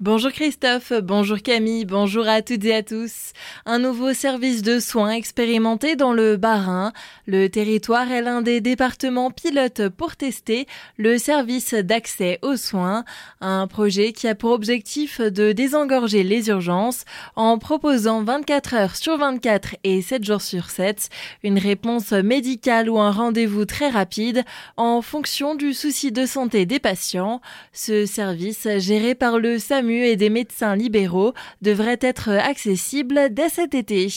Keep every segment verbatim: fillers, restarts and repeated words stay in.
Bonjour Christophe, bonjour Camille, bonjour à toutes et à tous. Un nouveau service de soins expérimenté dans le Bas-Rhin. Le territoire est l'un des départements pilotes pour tester le service d'accès aux soins. Un projet qui a pour objectif de désengorger les urgences en proposant vingt-quatre heures sur vingt-quatre et sept jours sur sept une réponse médicale ou un rendez-vous très rapide en fonction du souci de santé des patients. Ce service, géré par le SAMU et des médecins libéraux, devrait être accessible dès cet été.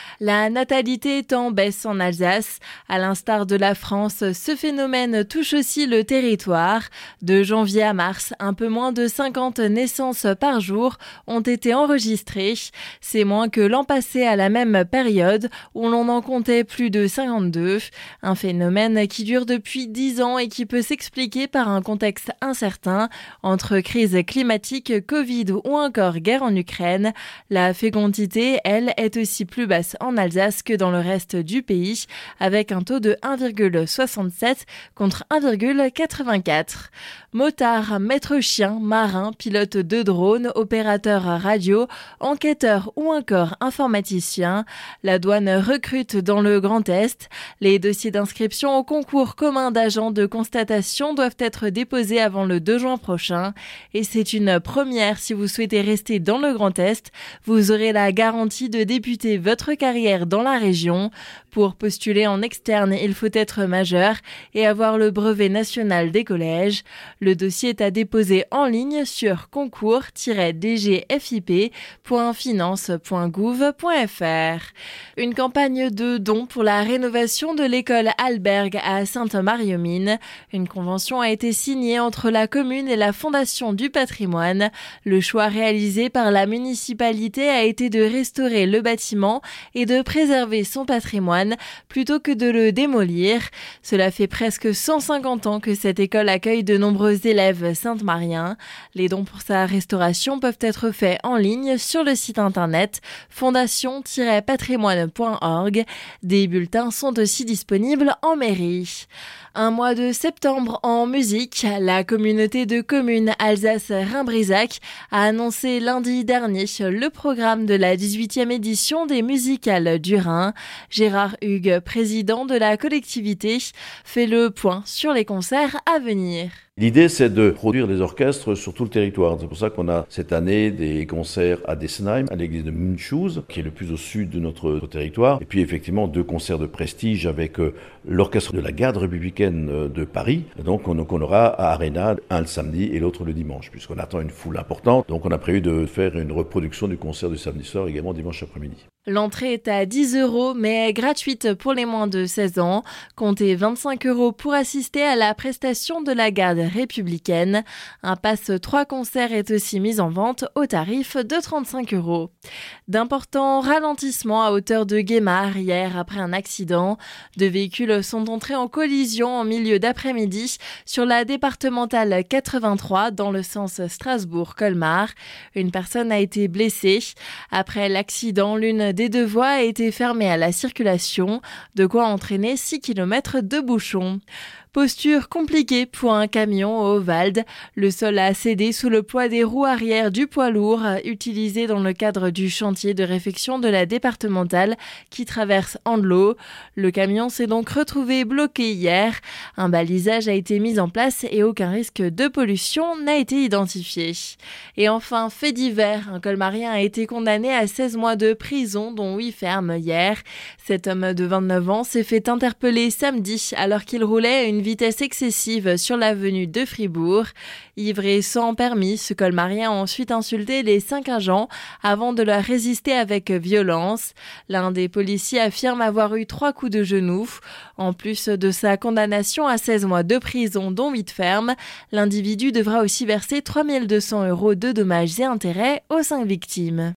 La natalité est en baisse en Alsace. À l'instar de la France, ce phénomène touche aussi le territoire. De janvier à mars, un peu moins de cinquante naissances par jour ont été enregistrées. C'est moins que l'an passé à la même période où l'on en comptait plus de cinquante-deux. Un phénomène qui dure depuis dix ans et qui peut s'expliquer par un contexte incertain entre crise climatique, Covid ou encore guerre en Ukraine. La fécondité, elle, est aussi plus basse en Alsace que dans le reste du pays, avec un taux de un virgule soixante-sept contre un virgule quatre-vingt-quatre. Motards, maîtres chiens, marins, pilotes de drones, opérateurs radio, enquêteurs ou encore informaticiens, la douane recrute dans le Grand Est. Les dossiers d'inscription au concours commun d'agents de constatation doivent être déposés avant le deux juin prochain. Et c'est une première si vous souhaitez rester dans le Grand Est. Vous aurez la garantie de débuter votre carrière dans la région. Pour postuler en externe, il faut être majeur et avoir le brevet national des collèges. Le dossier est à déposer en ligne sur concours tiret d g f i p point finance point gouv point f r. Une campagne de dons pour la rénovation de l'école Albergue à Sainte-Marie-aux-Mines. Une convention a été signée entre la commune et la Fondation du patrimoine. Le choix réalisé par la municipalité a été de restaurer le bâtiment et de préserver son patrimoine plutôt que de le démolir. Cela fait presque cent cinquante ans que cette école accueille de nombreux élèves sainte-mariens. Les dons pour sa restauration peuvent être faits en ligne sur le site internet fondation tiret patrimoine point org. Des bulletins sont aussi disponibles en mairie. Un mois de septembre en musique, la communauté de communes Alsace-Rhin-Brisac a annoncé lundi dernier le programme de la dix-huitième édition des Musicales du Rhin. Gérard Hugues, président de la collectivité, fait le point sur les concerts à venir. L'idée, c'est de produire des orchestres sur tout le territoire. C'est pour ça qu'on a cette année des concerts à Dessenheim, à l'église de Münchow, qui est le plus au sud de notre territoire. Et puis effectivement, deux concerts de prestige avec euh, l'orchestre de la garde républicaine euh, de Paris. Et donc on, donc on aura à Arena un le samedi et l'autre le dimanche, puisqu'on attend une foule importante. Donc on a prévu de faire une reproduction du concert du samedi soir également dimanche après-midi. L'entrée est à dix euros, mais est gratuite pour les moins de seize ans. Comptez vingt-cinq euros pour assister à la prestation de la garde républicaine. Un pass trois concerts est aussi mis en vente au tarif de trente-cinq euros. D'importants ralentissements à hauteur de Guémar hier après un accident. Deux véhicules sont entrés en collision en milieu d'après-midi sur la départementale quatre-vingt-trois dans le sens Strasbourg-Colmar. Une personne a été blessée. Après l'accident, l'une des deux voies a été fermée à la circulation, de quoi entraîner six kilomètres de bouchons. Posture compliquée pour un camion au Wald. Le sol a cédé sous le poids des roues arrière du poids lourd utilisé dans le cadre du chantier de réfection de la départementale qui traverse Andelot. Le camion s'est donc retrouvé bloqué hier. Un balisage a été mis en place et aucun risque de pollution n'a été identifié. Et enfin, fait divers, un colmarien a été condamné à seize mois de prison, dont huit fermes hier. Cet homme de vingt-neuf ans s'est fait interpeller samedi alors qu'il roulait à une vitesse excessive sur l'avenue de Fribourg. Ivre et sans permis, ce colmarien a ensuite insulté les cinq agents avant de leur résister avec violence. L'un des policiers affirme avoir eu trois coups de genou. En plus de sa condamnation à seize mois de prison, dont huit fermes, l'individu devra aussi verser trois mille deux cents euros de dommages et intérêts aux cinq victimes.